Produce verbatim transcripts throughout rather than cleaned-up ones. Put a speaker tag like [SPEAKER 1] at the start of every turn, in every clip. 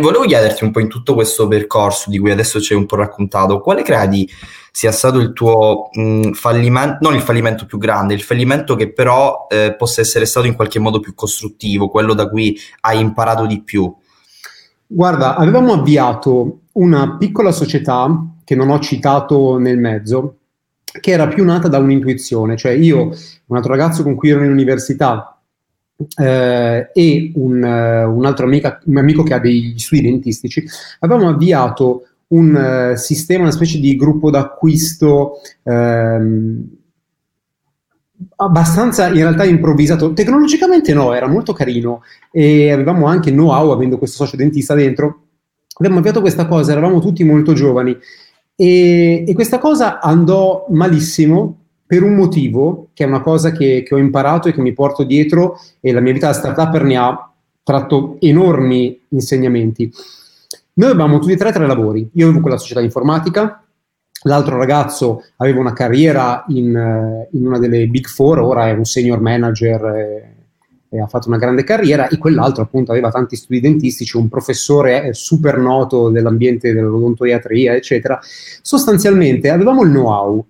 [SPEAKER 1] volevo chiederti un po' in tutto questo percorso di cui adesso ci hai un po' raccontato, quale credi sia stato il tuo mh, fallimento, non il fallimento più grande, il fallimento che però eh, possa essere stato in qualche modo più costruttivo, quello da cui hai imparato di più?
[SPEAKER 2] Guarda, avevamo avviato una piccola società che non ho citato nel mezzo, che era più nata da un'intuizione, cioè io, un altro ragazzo con cui ero in università eh, e un, eh, un altro amica, un amico che ha degli studi dentistici, avevamo avviato un uh, sistema, una specie di gruppo d'acquisto ehm, abbastanza in realtà improvvisato. Tecnologicamente no, era molto carino e avevamo anche know-how, avendo questo socio dentista dentro. Abbiamo avviato questa cosa, eravamo tutti molto giovani e, e questa cosa andò malissimo per un motivo, che è una cosa che, che ho imparato e che mi porto dietro, e la mia vita da startupper ne ha tratto enormi insegnamenti. Noi avevamo tutti e tre tre lavori. Io avevo quella società informatica, l'altro ragazzo aveva una carriera in, in una delle Big Four, ora è un senior manager e, e ha fatto una grande carriera, e quell'altro appunto aveva tanti studi dentistici, un professore super noto dell'ambiente dell'odontoiatria, eccetera. Sostanzialmente avevamo il know-how,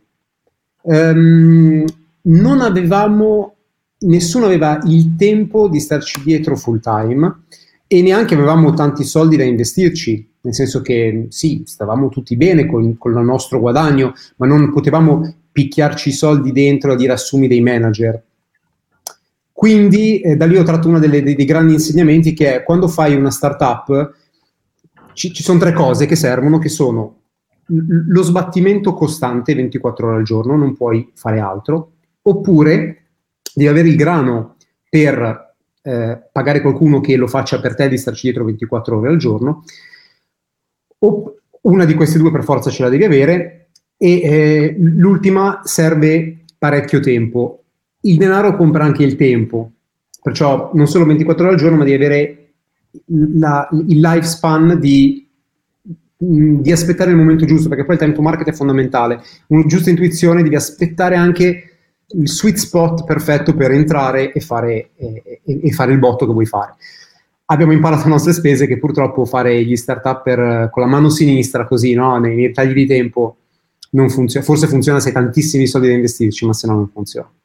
[SPEAKER 2] um, non avevamo, nessuno aveva il tempo di starci dietro full time, e neanche avevamo tanti soldi da investirci, nel senso che sì, stavamo tutti bene con, con il nostro guadagno, ma non potevamo picchiarci i soldi dentro a dire assumi dei manager. Quindi eh, da lì ho tratto uno delle, dei, dei grandi insegnamenti, che è: quando fai una startup ci, ci sono tre cose che servono, che sono l- lo sbattimento costante ventiquattro ore al giorno, non puoi fare altro, oppure devi avere il grano per Eh, pagare qualcuno che lo faccia per te, di starci dietro ventiquattro ore al giorno, o una di queste due per forza ce la devi avere, e eh, l'ultima serve parecchio tempo. Il denaro compra anche il tempo, perciò non solo ventiquattro ore al giorno, ma devi avere la, il lifespan di, di aspettare il momento giusto, perché poi il time to market è fondamentale. Una giusta intuizione, devi aspettare anche il sweet spot perfetto per entrare e fare, e, e fare il botto che vuoi fare. Abbiamo imparato a nostre spese che purtroppo fare gli startup per, con la mano sinistra, così, no, nei, nei tagli di tempo, non funziona. Forse funziona se hai tantissimi soldi da investirci, ma se no non funziona.